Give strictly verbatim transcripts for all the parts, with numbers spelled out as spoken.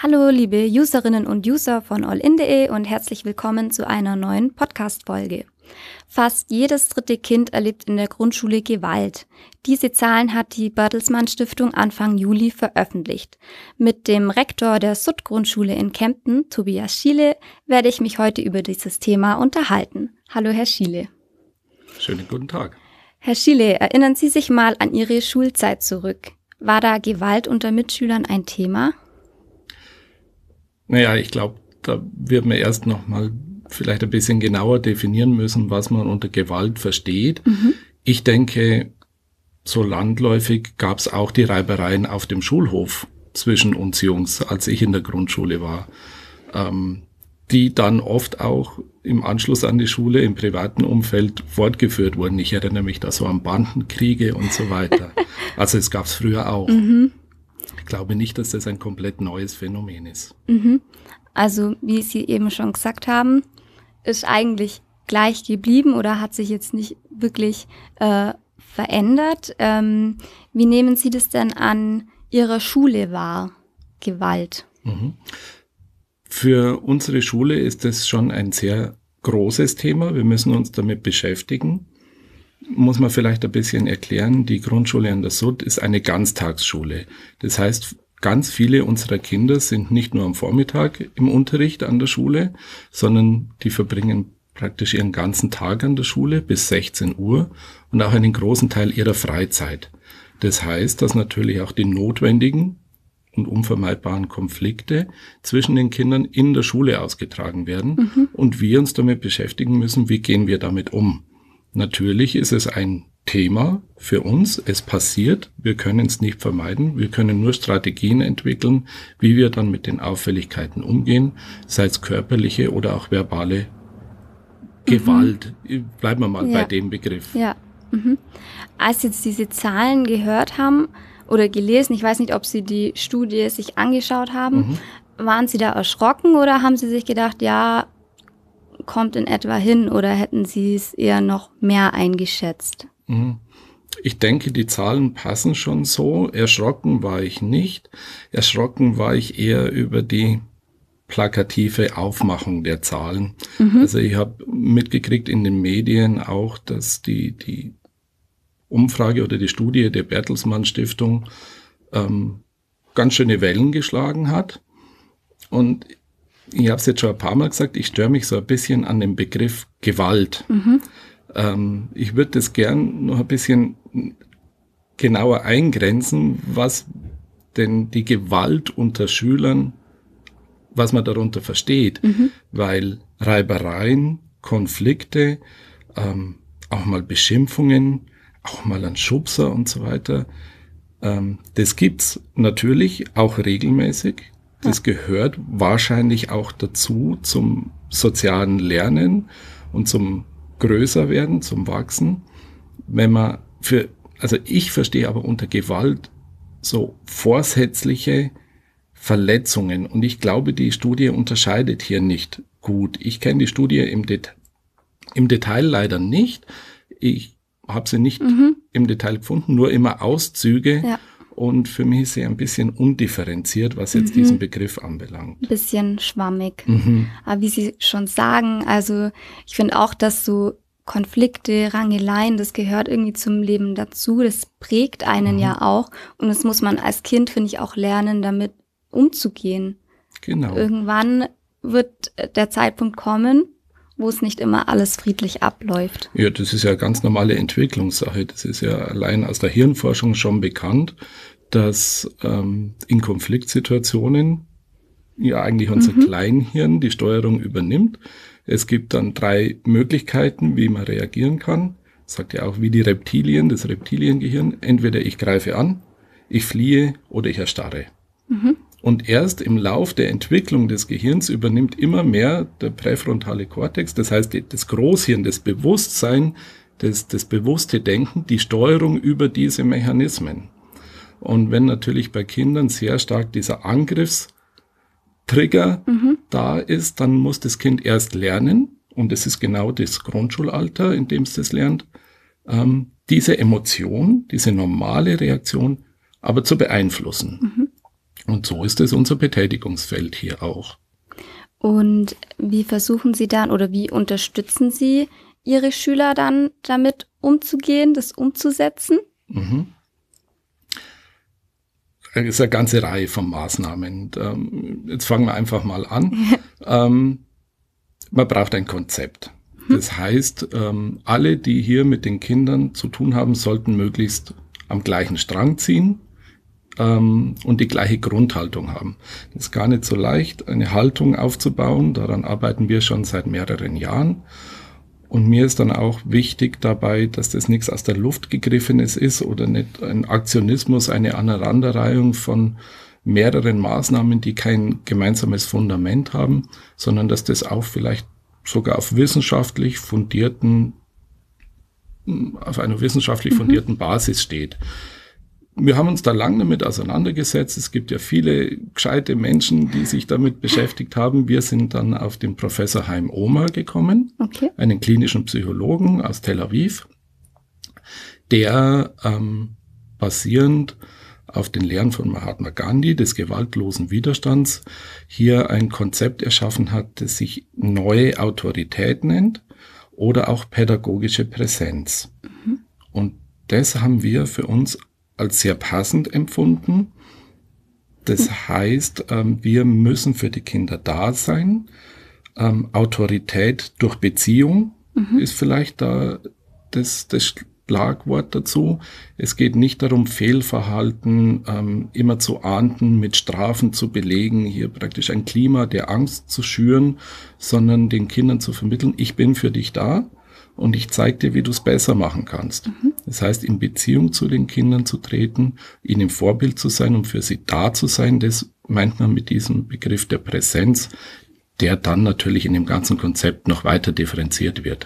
Hallo liebe Userinnen und User von allin punkt de und herzlich willkommen zu einer neuen Podcast-Folge. Fast jedes dritte Kind erlebt in der Grundschule Gewalt. Diese Zahlen hat die Bertelsmann Stiftung Anfang Juli veröffentlicht. Mit dem Rektor der S U D-Grundschule in Kempten, Tobias Schiele, werde ich mich heute über dieses Thema unterhalten. Hallo Herr Schiele. Schönen guten Tag. Herr Schiele, erinnern Sie sich mal an Ihre Schulzeit zurück. War da Gewalt unter Mitschülern ein Thema? Naja, ich glaube, da wird man erst noch mal vielleicht ein bisschen genauer definieren müssen, was man unter Gewalt versteht. Mhm. Ich denke, so landläufig gab es auch die Reibereien auf dem Schulhof zwischen uns Jungs, als ich in der Grundschule war, ähm, die dann oft auch im Anschluss an die Schule im privaten Umfeld fortgeführt wurden. Ich erinnere mich da so an Bandenkriege und so weiter. Also es gab es früher auch. Mhm. Ich glaube nicht, dass das ein komplett neues Phänomen ist. Mhm. Also, wie Sie eben schon gesagt haben, ist eigentlich gleich geblieben oder hat sich jetzt nicht wirklich äh, verändert. Ähm, wie nehmen Sie das denn an Ihrer Schule wahr, Gewalt? Mhm. Für unsere Schule ist das schon ein sehr großes Thema. Wir müssen uns damit beschäftigen. Muss man vielleicht ein bisschen erklären, die Grundschule an der S U D ist eine Ganztagsschule. Das heißt, ganz viele unserer Kinder sind nicht nur am Vormittag im Unterricht an der Schule, sondern die verbringen praktisch ihren ganzen Tag an der Schule bis sechzehn Uhr und auch einen großen Teil ihrer Freizeit. Das heißt, dass natürlich auch die notwendigen und unvermeidbaren Konflikte zwischen den Kindern in der Schule ausgetragen werden mhm. und wir uns damit beschäftigen müssen, wie gehen wir damit um. Natürlich ist es ein Thema für uns. Es passiert. Wir können es nicht vermeiden. Wir können nur Strategien entwickeln, wie wir dann mit den Auffälligkeiten umgehen, sei es körperliche oder auch verbale mhm. Gewalt. Bleiben wir mal ja. bei dem Begriff. Ja. Mhm. Als Sie jetzt diese Zahlen gehört haben oder gelesen, ich weiß nicht, ob Sie die Studie sich angeschaut haben, mhm. waren Sie da erschrocken oder haben Sie sich gedacht, ja, kommt in etwa hin oder hätten Sie es eher noch mehr eingeschätzt? Ich denke, die Zahlen passen schon so. Erschrocken war ich nicht. Erschrocken war ich eher über die plakative Aufmachung der Zahlen. Mhm. Also ich habe mitgekriegt in den Medien auch, dass die, die Umfrage oder die Studie der Bertelsmann Stiftung ähm, ganz schöne Wellen geschlagen hat. Und ich habe es jetzt schon ein paar Mal gesagt, ich störe mich so ein bisschen an dem Begriff Gewalt. Mhm. Ähm, ich würde das gern noch ein bisschen genauer eingrenzen, was denn die Gewalt unter Schülern, was man darunter versteht. Mhm. Weil Reibereien, Konflikte, ähm, auch mal Beschimpfungen, auch mal ein Schubser und so weiter, ähm, das gibt's natürlich auch regelmäßig. Das gehört wahrscheinlich auch dazu zum sozialen Lernen und zum Größerwerden, zum Wachsen. Wenn man für, also ich verstehe aber unter Gewalt so vorsätzliche Verletzungen und ich glaube, die Studie unterscheidet hier nicht gut. Ich kenne die Studie im, Det- im Detail leider nicht. Ich habe sie nicht mhm. im Detail gefunden, nur immer Auszüge. Ja. Und für mich ist sie ein bisschen undifferenziert, was jetzt mhm. diesen Begriff anbelangt. Ein bisschen schwammig. Mhm. Aber wie Sie schon sagen, also ich finde auch, dass so Konflikte, Rangeleien, das gehört irgendwie zum Leben dazu. Das prägt einen mhm. ja auch. Und das muss man als Kind, finde ich, auch lernen, damit umzugehen. Genau. Irgendwann wird der Zeitpunkt kommen, wo es nicht immer alles friedlich abläuft. Ja, das ist ja eine ganz normale Entwicklungssache. Das ist ja allein aus der Hirnforschung schon bekannt, dass ähm, in Konfliktsituationen ja eigentlich unser mhm. Kleinhirn die Steuerung übernimmt. Es gibt dann drei Möglichkeiten, wie man reagieren kann. Das sagt ja auch wie die Reptilien, das Reptiliengehirn. Entweder ich greife an, ich fliehe oder ich erstarre. Mhm. Und erst im Lauf der Entwicklung des Gehirns übernimmt immer mehr der präfrontale Kortex, das heißt das Großhirn, das Bewusstsein, das, das bewusste Denken, die Steuerung über diese Mechanismen. Und wenn natürlich bei Kindern sehr stark dieser Angriffstrigger mhm. da ist, dann muss das Kind erst lernen, und es ist genau das Grundschulalter, in dem es das lernt, ähm, diese Emotion, diese normale Reaktion aber zu beeinflussen. Mhm. Und so ist es unser Betätigungsfeld hier auch. Und wie versuchen Sie dann oder wie unterstützen Sie Ihre Schüler dann damit umzugehen, das umzusetzen? Mhm. Es ist eine ganze Reihe von Maßnahmen. Ähm, jetzt fangen wir einfach mal an. ähm, man braucht ein Konzept. Das heißt, ähm, alle, die hier mit den Kindern zu tun haben, sollten möglichst am gleichen Strang ziehen ähm, und die gleiche Grundhaltung haben. Das ist gar nicht so leicht, eine Haltung aufzubauen. Daran arbeiten wir schon seit mehreren Jahren. Und mir ist dann auch wichtig dabei, dass das nichts aus der Luft gegriffenes ist oder nicht ein Aktionismus, eine Aneinanderreihung von mehreren Maßnahmen, die kein gemeinsames Fundament haben, sondern dass das auch vielleicht sogar auf wissenschaftlich fundierten, auf einer wissenschaftlich fundierten mhm. Basis steht. Wir haben uns da lange damit auseinandergesetzt. Es gibt ja viele gescheite Menschen, die sich damit beschäftigt haben. Wir sind dann auf den Professor Haim Omar gekommen, okay. einen klinischen Psychologen aus Tel Aviv, der ähm, basierend auf den Lehren von Mahatma Gandhi, des gewaltlosen Widerstands, hier ein Konzept erschaffen hat, das sich neue Autorität nennt oder auch pädagogische Präsenz. Mhm. Und das haben wir für uns als sehr passend empfunden. Das heißt, ähm, wir müssen für die Kinder da sein. Ähm, Autorität durch Beziehung mhm. ist vielleicht da das, das Schlagwort dazu. Es geht nicht darum, Fehlverhalten ähm, immer zu ahnden, mit Strafen zu belegen, hier praktisch ein Klima der Angst zu schüren, sondern den Kindern zu vermitteln, ich bin für dich da. Und ich zeige dir, wie du es besser machen kannst. Mhm. Das heißt, in Beziehung zu den Kindern zu treten, ihnen Vorbild zu sein und für sie da zu sein, das meint man mit diesem Begriff der Präsenz, der dann natürlich in dem ganzen Konzept noch weiter differenziert wird.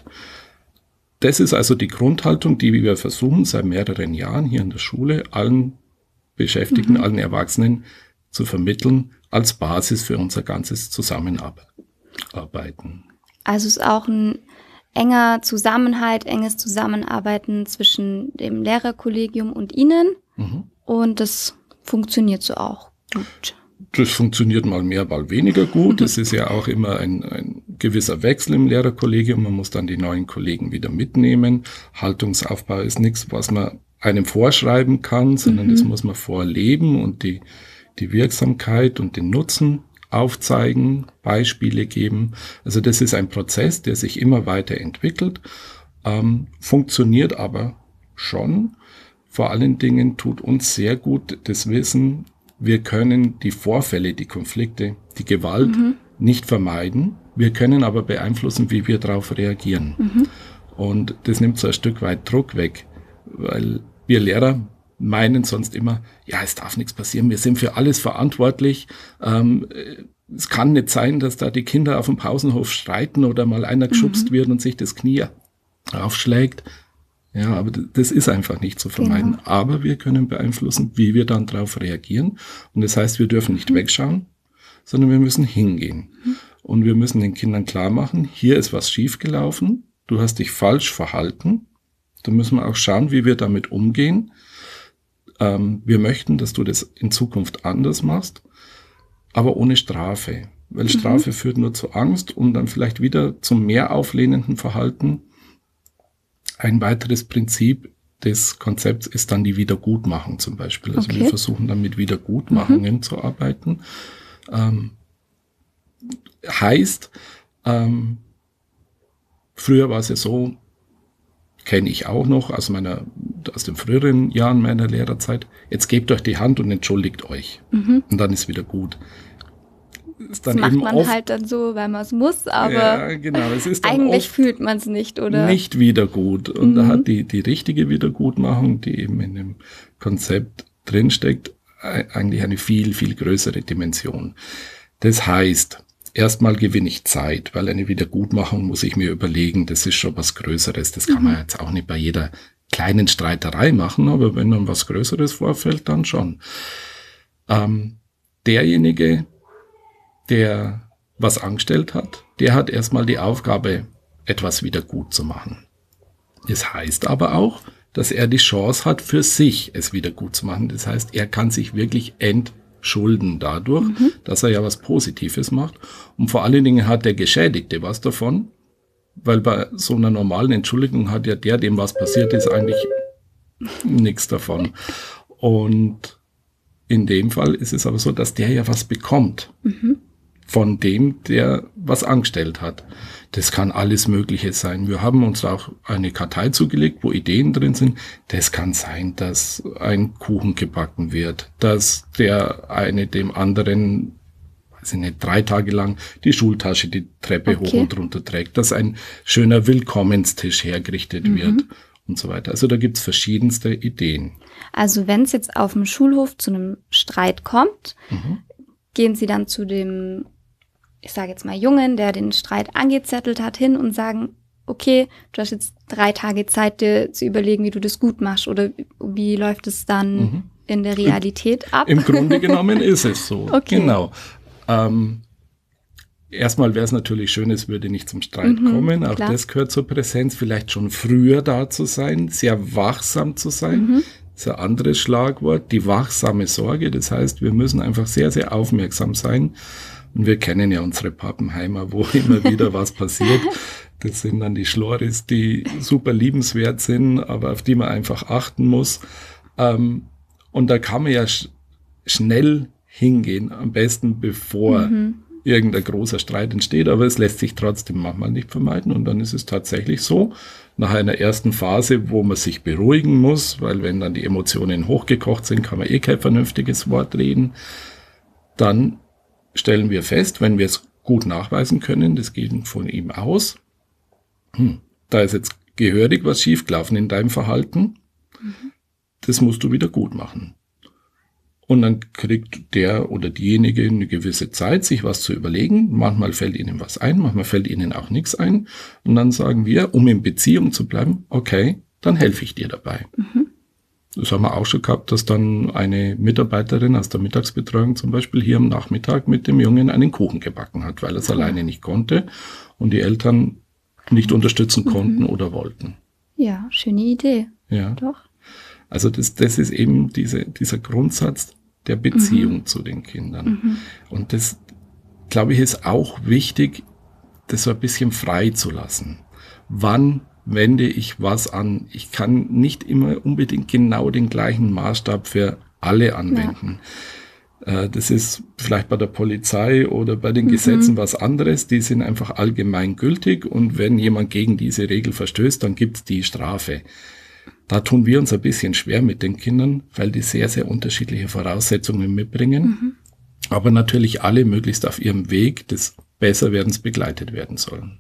Das ist also die Grundhaltung, die wir versuchen, seit mehreren Jahren hier in der Schule allen Beschäftigten, mhm. allen Erwachsenen zu vermitteln, als Basis für unser ganzes Zusammenarbeiten. Also es ist auch ein enger Zusammenhalt, enges Zusammenarbeiten zwischen dem Lehrerkollegium und Ihnen. Mhm. Und das funktioniert so auch gut. Das funktioniert mal mehr, mal weniger gut. Es ist ja auch immer ein, ein gewisser Wechsel im Lehrerkollegium. Man muss dann die neuen Kollegen wieder mitnehmen. Haltungsaufbau ist nichts, was man einem vorschreiben kann, sondern mhm. das muss man vorleben und die, die Wirksamkeit und den Nutzen aufzeigen, Beispiele geben. Also das ist ein Prozess, der sich immer weiter entwickelt, ähm, funktioniert aber schon. Vor allen Dingen tut uns sehr gut das Wissen, wir können die Vorfälle, die Konflikte, die Gewalt mhm. nicht vermeiden. Wir können aber beeinflussen, wie wir darauf reagieren. Mhm. Und das nimmt so ein Stück weit Druck weg, weil wir Lehrer meinen sonst immer, ja, es darf nichts passieren, wir sind für alles verantwortlich. Ähm, es kann nicht sein, dass da die Kinder auf dem Pausenhof streiten oder mal einer geschubst mhm. wird und sich das Knie aufschlägt. Ja, aber das ist einfach nicht zu vermeiden. Genau. Aber wir können beeinflussen, wie wir dann darauf reagieren. Und das heißt, wir dürfen nicht mhm. wegschauen, sondern wir müssen hingehen. Mhm. Und wir müssen den Kindern klar machen, hier ist was schiefgelaufen, du hast dich falsch verhalten. Da müssen wir auch schauen, wie wir damit umgehen. Ähm, wir möchten, dass du das in Zukunft anders machst, aber ohne Strafe. Weil Strafe mhm. führt nur zu Angst und dann vielleicht wieder zum mehr auflehnenden Verhalten. Ein weiteres Prinzip des Konzepts ist dann die Wiedergutmachung zum Beispiel. Also okay. wir versuchen dann mit Wiedergutmachungen mhm. zu arbeiten. Ähm, heißt, ähm, früher war es ja so, kenne ich auch noch aus meiner, aus den früheren Jahren meiner Lehrerzeit, jetzt gebt euch die Hand und entschuldigt euch. Mhm. Und dann ist wieder gut. Ist dann das macht eben man oft, halt dann so, weil man es muss, aber ja, genau, es ist dann eigentlich fühlt man es nicht, oder? Nicht wieder gut. Und mhm. da hat die, die richtige Wiedergutmachung, die eben in dem Konzept drinsteckt, eigentlich eine viel, viel größere Dimension. Das heißt, erstmal gewinne ich Zeit, weil eine Wiedergutmachung muss ich mir überlegen, das ist schon was Größeres. Das kann mhm. man jetzt auch nicht bei jeder kleinen Streiterei machen, aber wenn dann was Größeres vorfällt, dann schon. Ähm, derjenige, der was angestellt hat, der hat erstmal die Aufgabe, etwas wieder gut zu machen. Das heißt aber auch, dass er die Chance hat, für sich es wieder gut zu machen. Das heißt, er kann sich wirklich Schulden dadurch, mhm. dass er ja was Positives macht. Und vor allen Dingen hat der Geschädigte was davon, weil bei so einer normalen Entschuldigung hat ja der, dem was passiert ist, eigentlich nichts davon. Und in dem Fall ist es aber so, dass der ja was bekommt. Mhm. Von dem, der was angestellt hat. Das kann alles Mögliche sein. Wir haben uns auch eine Kartei zugelegt, wo Ideen drin sind. Das kann sein, dass ein Kuchen gebacken wird, dass der eine dem anderen, weiß ich nicht, drei Tage lang die Schultasche die Treppe okay. hoch und runter trägt, dass ein schöner Willkommenstisch hergerichtet mhm. wird und so weiter. Also da gibt's verschiedenste Ideen. Also wenn es jetzt auf dem Schulhof zu einem Streit kommt, mhm. gehen Sie dann zu dem, ich sage jetzt mal Jungen, der den Streit angezettelt hat, hin und sagen, okay, du hast jetzt drei Tage Zeit, dir zu überlegen, wie du das gut machst, oder wie läuft es dann mhm. in der Realität Im, ab? Im Grunde genommen ist es so, okay. genau. Ähm, erstmal wäre es natürlich schön, es würde nicht zum Streit mhm, kommen, auch klar. Das gehört zur Präsenz, vielleicht schon früher da zu sein, sehr wachsam zu sein. Mhm. Das ist ein anderes Schlagwort, die wachsame Sorge, das heißt, wir müssen einfach sehr, sehr aufmerksam sein. Und wir kennen ja unsere Pappenheimer, wo immer wieder was passiert. Das sind dann die Schloris, die super liebenswert sind, aber auf die man einfach achten muss. Und da kann man ja sch- schnell hingehen, am besten bevor mhm. irgendein großer Streit entsteht. Aber es lässt sich trotzdem manchmal nicht vermeiden. Und dann ist es tatsächlich so, nach einer ersten Phase, wo man sich beruhigen muss, weil wenn dann die Emotionen hochgekocht sind, kann man eh kein vernünftiges Wort reden. Dann stellen wir fest, wenn wir es gut nachweisen können, das geht von ihm aus, hm, da ist jetzt gehörig was schiefgelaufen in deinem Verhalten, mhm. das musst du wieder gut machen. Und dann kriegt der oder diejenige eine gewisse Zeit, sich was zu überlegen. Manchmal fällt ihnen was ein, manchmal fällt ihnen auch nichts ein. Und dann sagen wir, um in Beziehung zu bleiben, okay, dann helfe ich dir dabei. Mhm. Das haben wir auch schon gehabt, dass dann eine Mitarbeiterin aus der Mittagsbetreuung zum Beispiel hier am Nachmittag mit dem Jungen einen Kuchen gebacken hat, weil er es ja. alleine nicht konnte und die Eltern nicht unterstützen konnten mhm. oder wollten. Ja, schöne Idee. Ja. Doch. Also das, das ist eben diese, dieser Grundsatz der Beziehung mhm. zu den Kindern. Mhm. Und das, glaube ich, ist auch wichtig, das so ein bisschen frei zu lassen. Wann wende ich was an? Ich kann nicht immer unbedingt genau den gleichen Maßstab für alle anwenden. Ja. Äh, das ist vielleicht bei der Polizei oder bei den mhm. Gesetzen was anderes. Die sind einfach allgemein gültig und wenn jemand gegen diese Regel verstößt, dann gibt's die Strafe. Da tun wir uns ein bisschen schwer mit den Kindern, weil die sehr, sehr unterschiedliche Voraussetzungen mitbringen. Mhm. Aber natürlich alle möglichst auf ihrem Weg des Besserwerdens begleitet werden sollen.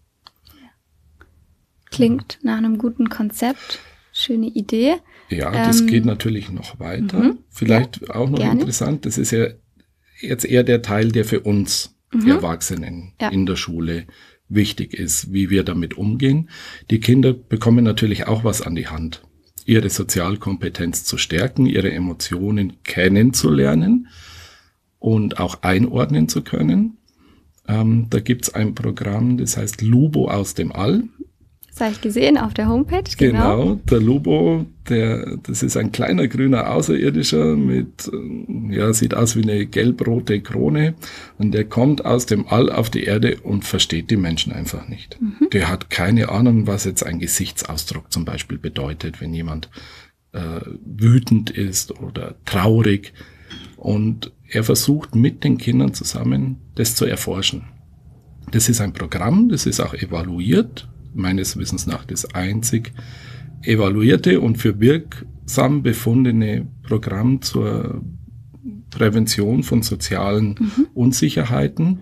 Klingt nach einem guten Konzept. Schöne Idee. Ja, das ähm, geht natürlich noch weiter. Mhm. Vielleicht ja, auch noch gerne. Interessant, das ist ja jetzt eher der Teil, der für uns, mhm. die Erwachsenen ja. in der Schule wichtig ist, wie wir damit umgehen. Die Kinder bekommen natürlich auch was an die Hand, ihre Sozialkompetenz zu stärken, ihre Emotionen kennenzulernen und auch einordnen zu können. Ähm, da gibt's ein Programm, das heißt Lubo aus dem All. Das habe ich gesehen auf der Homepage, genau. Genau, der Lubo, der, das ist ein kleiner grüner Außerirdischer mit, ja, sieht aus wie eine gelb-rote Krone und der kommt aus dem All auf die Erde und versteht die Menschen einfach nicht. Mhm. Der hat keine Ahnung, was jetzt ein Gesichtsausdruck zum Beispiel bedeutet, wenn jemand äh, wütend ist oder traurig und er versucht mit den Kindern zusammen, das zu erforschen. Das ist ein Programm, das ist auch evaluiert, meines Wissens nach das einzig evaluierte und für wirksam befundene Programm zur Prävention von sozialen mhm. Unsicherheiten.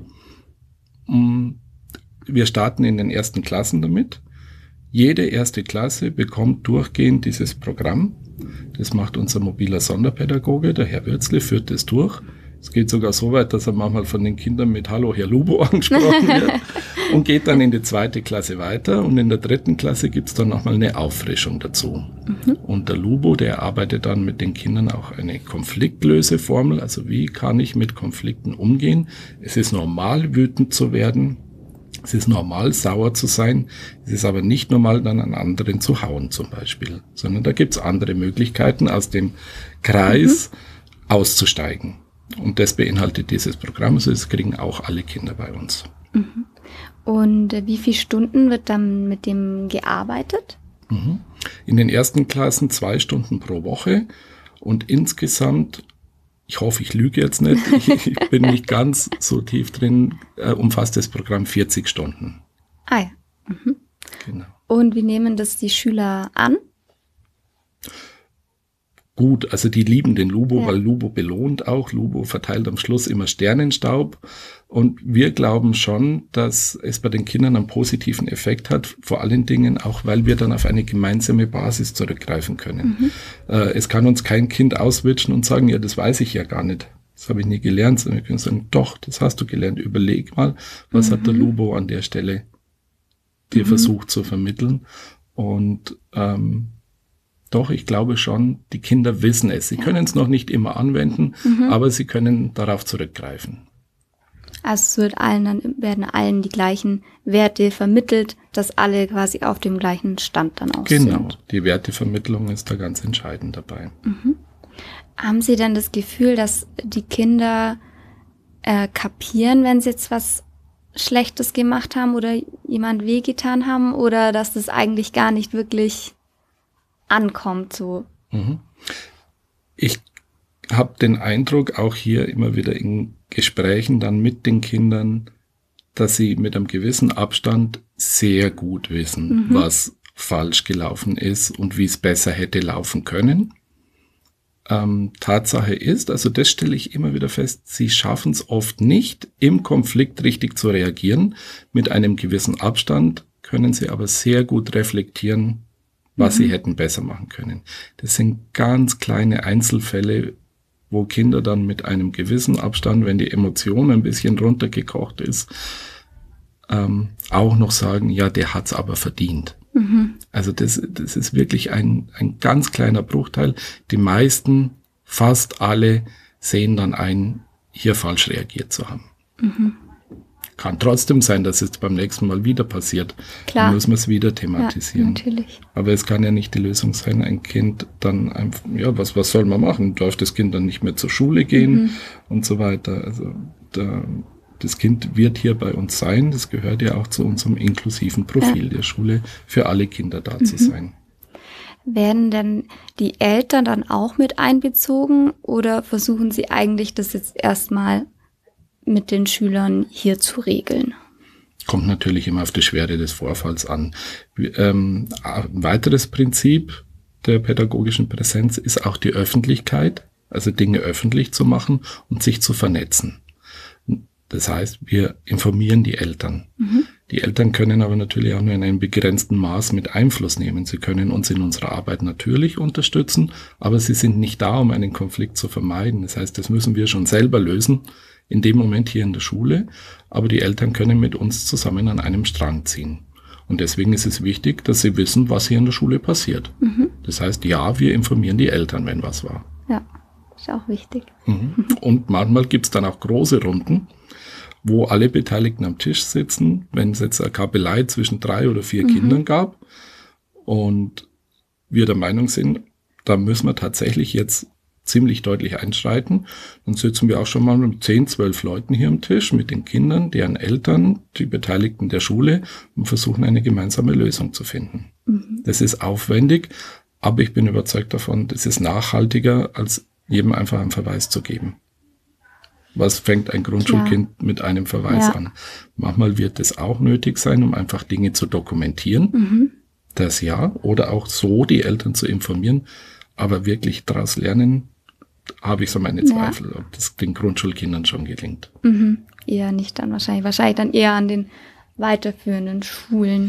Wir starten in den ersten Klassen damit. Jede erste Klasse bekommt durchgehend dieses Programm. Das macht unser mobiler Sonderpädagoge, der Herr Würzle, führt das durch. Es geht sogar so weit, dass er manchmal von den Kindern mit Hallo, Herr Lubo angesprochen wird und geht dann in die zweite Klasse weiter und in der dritten Klasse gibt's dann nochmal eine Auffrischung dazu. Mhm. Und der Lubo, der arbeitet dann mit den Kindern auch eine Konfliktlöseformel, also wie kann ich mit Konflikten umgehen. Es ist normal, wütend zu werden, es ist normal, sauer zu sein, es ist aber nicht normal, dann an anderen zu hauen zum Beispiel, sondern da gibt's andere Möglichkeiten, aus dem Kreis mhm. auszusteigen. Und das beinhaltet dieses Programm, also das kriegen auch alle Kinder bei uns. Mhm. Und wie viele Stunden wird dann mit dem gearbeitet? Mhm. In den ersten Klassen zwei Stunden pro Woche und insgesamt, ich hoffe, ich lüge jetzt nicht, ich bin nicht ganz so tief drin, äh, umfasst das Programm vierzig Stunden. Ah ja. Mhm. Genau. Und wie nehmen das die Schüler an? Gut, also die lieben den Lubo, Ja. weil Lubo belohnt auch. Lubo verteilt am Schluss immer Sternenstaub. Und wir glauben schon, dass es bei den Kindern einen positiven Effekt hat, vor allen Dingen auch, weil wir dann auf eine gemeinsame Basis zurückgreifen können. Mhm. Äh, es kann uns kein Kind auswitschen und sagen, ja, das weiß ich ja gar nicht. Das habe ich nie gelernt, sondern wir können sagen, doch, das hast du gelernt. Überleg mal, was mhm. hat der Lubo an der Stelle dir mhm. versucht zu vermitteln. Und ähm, doch, ich glaube schon, die Kinder wissen es. Sie ja. können es noch nicht immer anwenden, mhm. aber sie können darauf zurückgreifen. Also es wird allen, dann werden allen die gleichen Werte vermittelt, dass alle quasi auf dem gleichen Stand dann auch genau. sind. Genau, die Wertevermittlung ist da ganz entscheidend dabei. Mhm. Haben Sie denn das Gefühl, dass die Kinder äh, kapieren, wenn sie jetzt was Schlechtes gemacht haben oder jemand wehgetan haben, oder dass das eigentlich gar nicht wirklich ankommt so? Mhm. Ich habe den Eindruck, auch hier immer wieder in Gesprächen dann mit den Kindern, dass sie mit einem gewissen Abstand sehr gut wissen, mhm. was falsch gelaufen ist und wie es besser hätte laufen können. Ähm, Tatsache ist, also das stelle ich immer wieder fest, sie schaffen es oft nicht, im Konflikt richtig zu reagieren. Mit einem gewissen Abstand können sie aber sehr gut reflektieren, was mhm. sie hätten besser machen können. Das sind ganz kleine Einzelfälle, wo Kinder dann mit einem gewissen Abstand, wenn die Emotion ein bisschen runtergekocht ist, ähm, auch noch sagen, ja, der hat's aber verdient. Mhm. Also das, das ist wirklich ein, ein ganz kleiner Bruchteil. Die meisten, fast alle, sehen dann ein, hier falsch reagiert zu haben. Mhm. Kann trotzdem sein, dass es beim nächsten Mal wieder passiert. Klar. Dann muss man es wieder thematisieren. Ja, natürlich. Aber es kann ja nicht die Lösung sein, ein Kind dann einfach, ja, was, was soll man machen? Darf das Kind dann nicht mehr zur Schule gehen mhm. und so weiter? Also da, das Kind wird hier bei uns sein. Das gehört ja auch zu unserem inklusiven Profil ja. der Schule, für alle Kinder da mhm. zu sein. Werden denn die Eltern dann auch mit einbezogen oder versuchen Sie eigentlich das jetzt erstmal mit den Schülern hier zu regeln? Kommt natürlich immer auf die Schwere des Vorfalls an. Ähm, ein weiteres Prinzip der pädagogischen Präsenz ist auch die Öffentlichkeit, also Dinge öffentlich zu machen und sich zu vernetzen. Das heißt, wir informieren die Eltern. Mhm. Die Eltern können aber natürlich auch nur in einem begrenzten Maß mit Einfluss nehmen. Sie können uns in unserer Arbeit natürlich unterstützen, aber sie sind nicht da, um einen Konflikt zu vermeiden. Das heißt, das müssen wir schon selber lösen, in dem Moment hier in der Schule, aber die Eltern können mit uns zusammen an einem Strang ziehen. Und deswegen ist es wichtig, dass sie wissen, was hier in der Schule passiert. Mhm. Das heißt, ja, wir informieren die Eltern, wenn was war. Ja, ist auch wichtig. Mhm. Und manchmal gibt es dann auch große Runden, wo alle Beteiligten am Tisch sitzen, wenn es jetzt eine Kabelei zwischen drei oder vier mhm. Kindern gab und wir der Meinung sind, da müssen wir tatsächlich jetzt ziemlich deutlich einschreiten, dann sitzen wir auch schon mal mit zehn, zwölf Leuten hier am Tisch, mit den Kindern, deren Eltern, die Beteiligten der Schule und versuchen eine gemeinsame Lösung zu finden. Mhm. Das ist aufwendig, aber ich bin überzeugt davon, das ist nachhaltiger, als jedem einfach einen Verweis zu geben. Was fängt ein Grundschulkind Klar. mit einem Verweis ja. an? Manchmal wird es auch nötig sein, um einfach Dinge zu dokumentieren, mhm. das ja, oder auch so die Eltern zu informieren, aber wirklich daraus lernen, habe ich so meine Zweifel, ja. ob das den Grundschulkindern schon gelingt. Mhm. Eher nicht dann wahrscheinlich. Wahrscheinlich dann eher an den weiterführenden Schulen.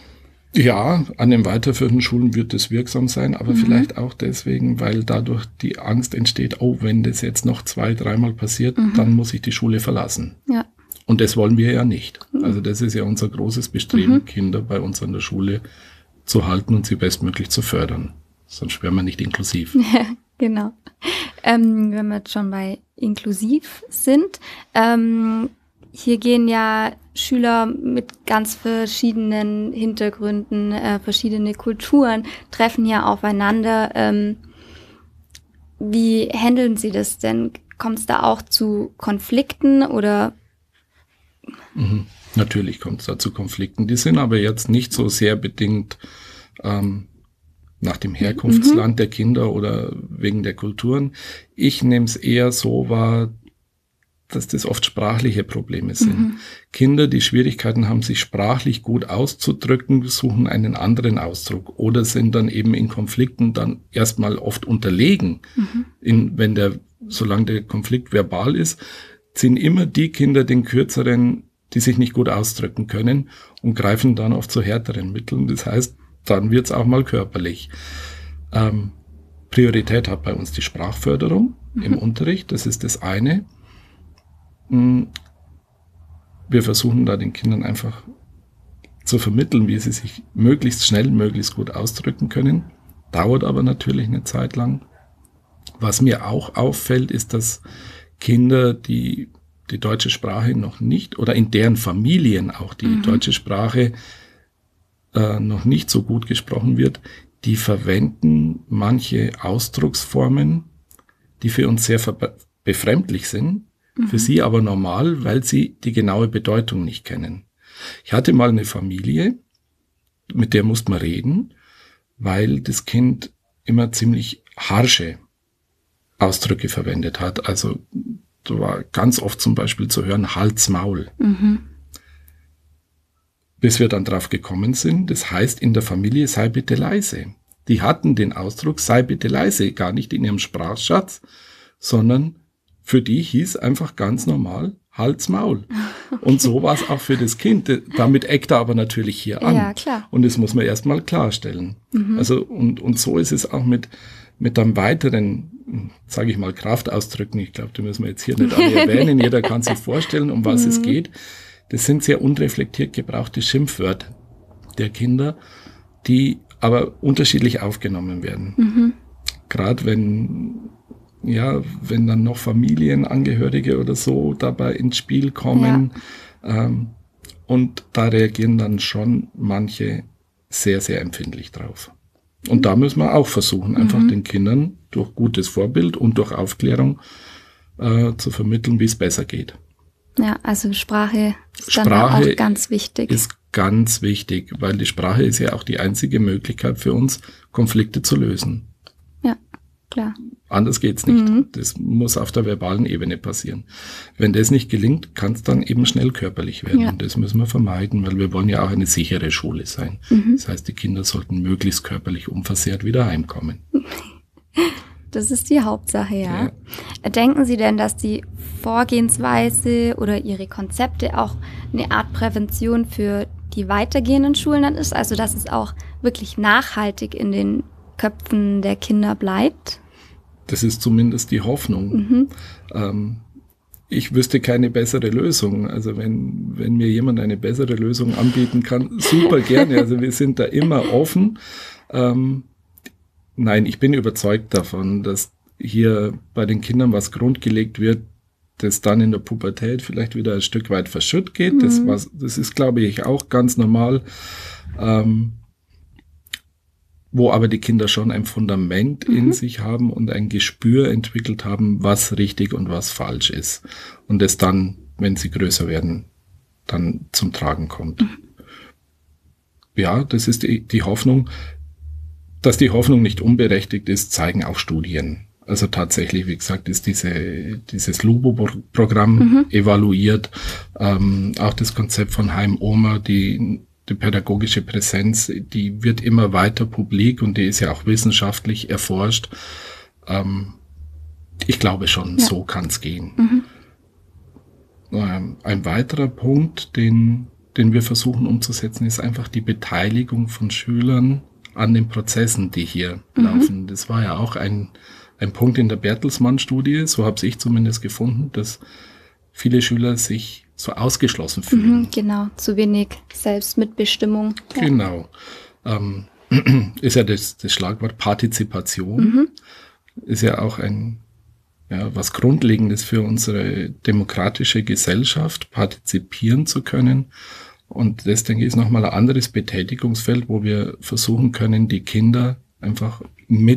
Ja, an den weiterführenden Schulen wird es wirksam sein, aber mhm. vielleicht auch deswegen, weil dadurch die Angst entsteht, oh, wenn das jetzt noch zwei, dreimal passiert, mhm. dann muss ich die Schule verlassen. Ja. Und das wollen wir ja nicht. Mhm. Also das ist ja unser großes Bestreben, mhm. Kinder bei uns an der Schule zu halten und sie bestmöglich zu fördern. Sonst wäre man nicht inklusiv. Ja, genau. Ähm, wenn wir jetzt schon bei inklusiv sind, ähm, hier gehen ja Schüler mit ganz verschiedenen Hintergründen, äh, verschiedene Kulturen, treffen ja aufeinander. Ähm, wie handeln Sie das denn? Kommt es da auch zu Konflikten oder? Mhm. Natürlich kommt es da zu Konflikten. Die sind aber jetzt nicht so sehr bedingt ähm, nach dem Herkunftsland mhm. der Kinder oder wegen der Kulturen. Ich nehme es eher so wahr, dass das oft sprachliche Probleme sind. Mhm. Kinder, die Schwierigkeiten haben, sich sprachlich gut auszudrücken, suchen einen anderen Ausdruck oder sind dann eben in Konflikten dann erstmal oft unterlegen. Mhm. In, wenn der, solange der Konflikt verbal ist, ziehen immer die Kinder den kürzeren, die sich nicht gut ausdrücken können und greifen dann oft zu härteren Mitteln. Das heißt, dann wird es auch mal körperlich. Ähm, Priorität hat bei uns die Sprachförderung mhm. im Unterricht, das ist das eine. Wir versuchen da den Kindern einfach zu vermitteln, wie sie sich möglichst schnell, möglichst gut ausdrücken können. Dauert aber natürlich eine Zeit lang. Was mir auch auffällt, ist, dass Kinder, die die deutsche Sprache noch nicht oder in deren Familien auch die mhm. deutsche Sprache äh, noch nicht so gut gesprochen wird, die verwenden manche Ausdrucksformen, die für uns sehr ver- befremdlich sind, mhm. für sie aber normal, weil sie die genaue Bedeutung nicht kennen. Ich hatte mal eine Familie, mit der musste man reden, weil das Kind immer ziemlich harsche Ausdrücke verwendet hat. Also da war ganz oft zum Beispiel zu hören, Hals, Maul. Mhm. Bis wir dann drauf gekommen sind, das heißt in der Familie, sei bitte leise. Die hatten den Ausdruck, sei bitte leise, gar nicht in ihrem Sprachschatz, sondern für die hieß einfach ganz normal Hals, Maul. Okay. Und so war es auch für das Kind. Damit eckt er aber natürlich hier an. Ja, klar. Und das muss man erstmal klarstellen. Mhm. Also, und, und so ist es auch mit, mit einem weiteren, sage ich mal, Kraftausdrücken. Ich glaube, die müssen wir jetzt hier nicht alle erwähnen. Jeder kann sich vorstellen, um was mhm. es geht. Das sind sehr unreflektiert gebrauchte Schimpfwörter der Kinder, die aber unterschiedlich aufgenommen werden. Mhm. Gerade wenn, ja, wenn dann noch Familienangehörige oder so dabei ins Spiel kommen. Ja. Ähm, und da reagieren dann schon manche sehr, sehr empfindlich drauf. Und da müssen wir auch versuchen, einfach mhm. den Kindern durch gutes Vorbild und durch Aufklärung äh, zu vermitteln, wie es besser geht. Ja, also Sprache ist Sprache dann auch ganz wichtig. Ist ganz wichtig, weil die Sprache ist ja auch die einzige Möglichkeit für uns, Konflikte zu lösen. Ja, klar. Anders geht's nicht. Mhm. Das muss auf der verbalen Ebene passieren. Wenn das nicht gelingt, kann es dann eben schnell körperlich werden. Ja. Und das müssen wir vermeiden, weil wir wollen ja auch eine sichere Schule sein. Mhm. Das heißt, die Kinder sollten möglichst körperlich unversehrt wieder heimkommen. Das ist die Hauptsache, ja. ja. Denken Sie denn, dass die Vorgehensweise oder Ihre Konzepte auch eine Art Prävention für die weitergehenden Schulen dann ist? Also, dass es auch wirklich nachhaltig in den Köpfen der Kinder bleibt? Das ist zumindest die Hoffnung. Mhm. Ähm, ich wüsste keine bessere Lösung. Also wenn, wenn mir jemand eine bessere Lösung anbieten kann, super gerne. Also wir sind da immer offen. Ähm, Nein, ich bin überzeugt davon, dass hier bei den Kindern was grundgelegt wird, das dann in der Pubertät vielleicht wieder ein Stück weit verschütt geht. Mhm. Das, was, das ist, glaube ich, auch ganz normal. Ähm, wo aber die Kinder schon ein Fundament mhm. in sich haben und ein Gespür entwickelt haben, was richtig und was falsch ist. Und das dann, wenn sie größer werden, dann zum Tragen kommt. Mhm. Ja, das ist die, die Hoffnung. Dass die Hoffnung nicht unberechtigt ist, zeigen auch Studien. Also tatsächlich, wie gesagt, ist diese, dieses Lubo-Programm mhm. evaluiert. Ähm, auch das Konzept von Heim-Oma, die, die pädagogische Präsenz, die wird immer weiter publik und die ist ja auch wissenschaftlich erforscht. Ähm, ich glaube schon, ja. so kann es gehen. Mhm. Ähm, ein weiterer Punkt, den, den wir versuchen umzusetzen, ist einfach die Beteiligung von Schülern an den Prozessen, die hier mhm. laufen. Das war ja auch ein, ein Punkt in der Bertelsmann-Studie, so habe ich zumindest gefunden, dass viele Schüler sich so ausgeschlossen fühlen. Mhm, genau, zu wenig Selbstmitbestimmung. Ja. Genau. Ähm, ist ja das, das Schlagwort Partizipation. Mhm. Ist ja auch ein, ja, was Grundlegendes für unsere demokratische Gesellschaft, partizipieren zu können. Und das, denke ich, ist nochmal ein anderes Betätigungsfeld, wo wir versuchen können, die Kinder einfach mit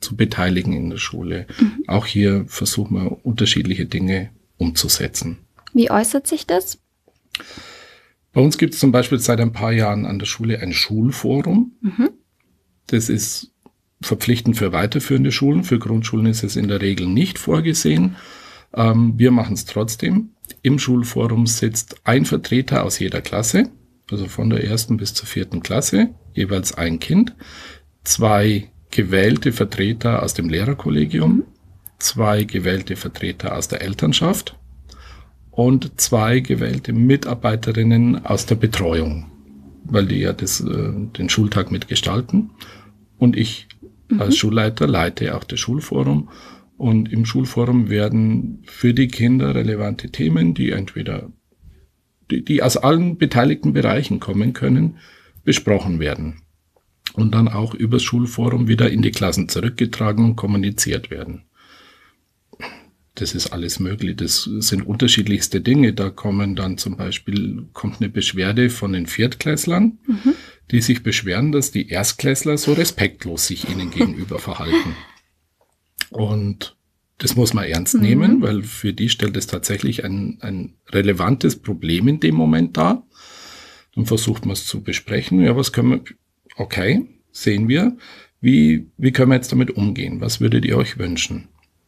zu beteiligen in der Schule. Mhm. Auch hier versuchen wir unterschiedliche Dinge umzusetzen. Wie äußert sich das? Bei uns gibt es zum Beispiel seit ein paar Jahren an der Schule ein Schulforum. Mhm. Das ist verpflichtend für weiterführende Schulen. Für Grundschulen ist es in der Regel nicht vorgesehen. Ähm, wir machen es trotzdem. Im Schulforum sitzt ein Vertreter aus jeder Klasse, also von der ersten bis zur vierten Klasse, jeweils ein Kind, zwei gewählte Vertreter aus dem Lehrerkollegium, zwei gewählte Vertreter aus der Elternschaft und zwei gewählte Mitarbeiterinnen aus der Betreuung, weil die ja das, äh, den Schultag mitgestalten. Und ich mhm. als Schulleiter leite auch das Schulforum. Und im Schulforum werden für die Kinder relevante Themen, die entweder, die, die aus allen beteiligten Bereichen kommen können, besprochen werden. Und dann auch übers Schulforum wieder in die Klassen zurückgetragen und kommuniziert werden. Das ist alles möglich. Das sind unterschiedlichste Dinge. Da kommen dann zum Beispiel, kommt eine Beschwerde von den Viertklässlern, mhm. die sich beschweren, dass die Erstklässler so respektlos sich ihnen gegenüber verhalten. Und das muss man ernst mhm. nehmen, weil für die stellt es tatsächlich ein, ein relevantes Problem in dem Moment dar. Dann versucht man es zu besprechen. Ja, was können wir, okay, sehen wir. Wie, wie können wir jetzt damit umgehen? Was würdet ihr euch wünschen?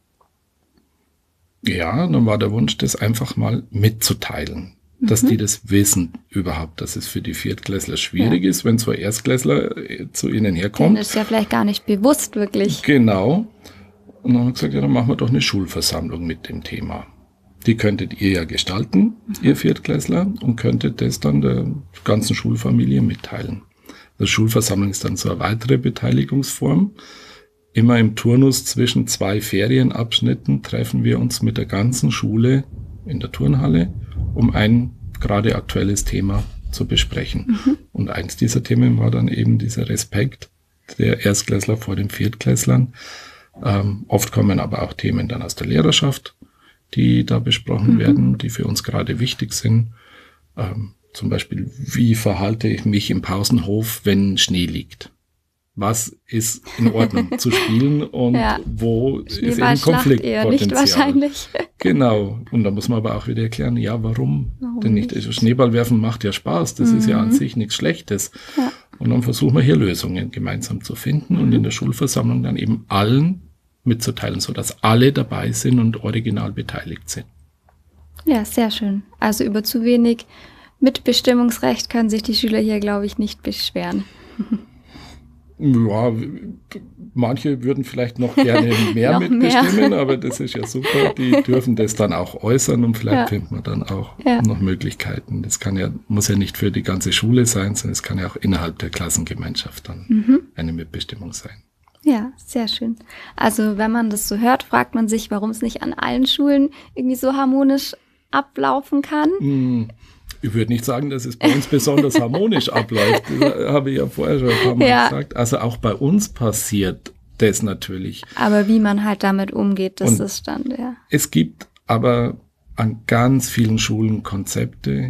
Ja, dann war der Wunsch, das einfach mal mitzuteilen. Mhm. Dass die das wissen überhaupt, dass es für die Viertklässler schwierig ja. ist, wenn so ein Erstklässler zu ihnen herkommt. Das ist ja vielleicht gar nicht bewusst wirklich. Genau. Und dann haben wir gesagt, ja, dann machen wir doch eine Schulversammlung mit dem Thema. Die könntet ihr ja gestalten, mhm. ihr Viertklässler, und könntet das dann der ganzen Schulfamilie mitteilen. Die Schulversammlung ist dann so eine weitere Beteiligungsform. Immer im Turnus zwischen zwei Ferienabschnitten treffen wir uns mit der ganzen Schule in der Turnhalle, um ein gerade aktuelles Thema zu besprechen. Mhm. Und eins dieser Themen war dann eben dieser Respekt der Erstklässler vor den Viertklässlern. Ähm, oft kommen aber auch Themen dann aus der Lehrerschaft, die da besprochen mhm. werden, die für uns gerade wichtig sind. Ähm, zum Beispiel, wie verhalte ich mich im Pausenhof, wenn Schnee liegt? Was ist in Ordnung zu spielen und ja. wo ist eben Konfliktpotenzial? Nicht wahrscheinlich. Genau. Und da muss man aber auch wieder erklären, ja, warum? warum Denn nicht? Also Schneeballwerfen macht ja Spaß. Das mhm. ist ja an sich nichts Schlechtes. Ja. Und dann versuchen wir hier Lösungen gemeinsam zu finden mhm. und in der Schulversammlung dann eben allen mitzuteilen, sodass alle dabei sind und original beteiligt sind. Ja, sehr schön. Also über zu wenig Mitbestimmungsrecht können sich die Schüler hier, glaube ich, nicht beschweren. Ja, manche würden vielleicht noch gerne mehr noch mitbestimmen, mehr. Aber das ist ja super. Die dürfen das dann auch äußern und vielleicht ja. findet man dann auch ja. noch Möglichkeiten. Das kann ja, muss ja nicht für die ganze Schule sein, sondern es kann ja auch innerhalb der Klassengemeinschaft dann mhm. eine Mitbestimmung sein. Ja, sehr schön. Also wenn man das so hört, fragt man sich, warum es nicht an allen Schulen irgendwie so harmonisch ablaufen kann. Mm. Ich würde nicht sagen, dass es bei uns besonders harmonisch abläuft. Das habe ich ja vorher schon ein paar Mal ja. gesagt. Also auch bei uns passiert das natürlich. Aber wie man halt damit umgeht, das Und ist dann, ja. Es gibt aber an ganz vielen Schulen Konzepte,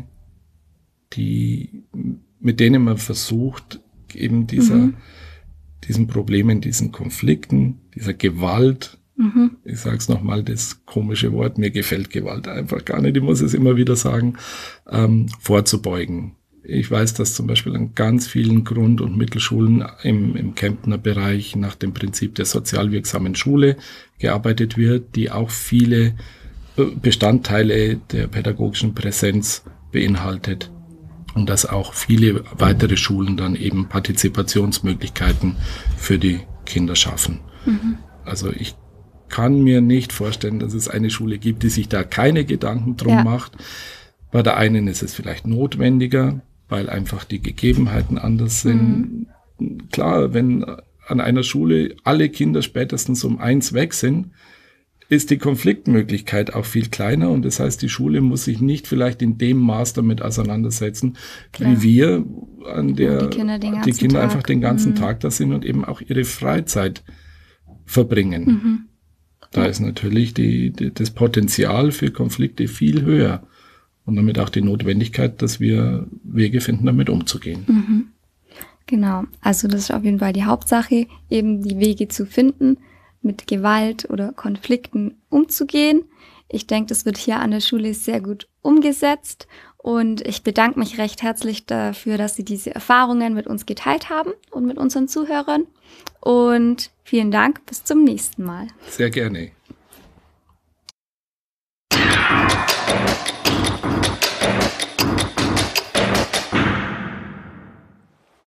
die, mit denen man versucht, eben dieser, mhm. diesen Problemen, diesen Konflikten, dieser Gewalt, Mhm. ich sage es nochmal, das komische Wort, mir gefällt Gewalt einfach gar nicht, ich muss es immer wieder sagen, ähm, vorzubeugen. Ich weiß, dass zum Beispiel an ganz vielen Grund- und Mittelschulen im, im Kemptner Bereich nach dem Prinzip der sozial wirksamen Schule gearbeitet wird, die auch viele Bestandteile der pädagogischen Präsenz beinhaltet. Und dass auch viele weitere Schulen dann eben Partizipationsmöglichkeiten für die Kinder schaffen. Mhm. Also ich kann mir nicht vorstellen, dass es eine Schule gibt, die sich da keine Gedanken drum ja. macht. Bei der einen ist es vielleicht notwendiger, weil einfach die Gegebenheiten anders sind. Mhm. Klar, wenn an einer Schule alle Kinder spätestens um eins weg sind, ist die Konfliktmöglichkeit auch viel kleiner und das heißt, die Schule muss sich nicht vielleicht in dem Maß damit auseinandersetzen, Klar. wie wir, an der die Kinder, die Kinder einfach den ganzen mhm. Tag da sind und eben auch ihre Freizeit verbringen. Mhm. Da ja. ist natürlich die, die, das Potenzial für Konflikte viel höher und damit auch die Notwendigkeit, dass wir Wege finden, damit umzugehen. Mhm. Genau, also das ist auf jeden Fall die Hauptsache, eben die Wege zu finden, mit Gewalt oder Konflikten umzugehen. Ich denke, das wird hier an der Schule sehr gut umgesetzt und ich bedanke mich recht herzlich dafür, dass Sie diese Erfahrungen mit uns geteilt haben und mit unseren Zuhörern. Und vielen Dank, bis zum nächsten Mal. Sehr gerne.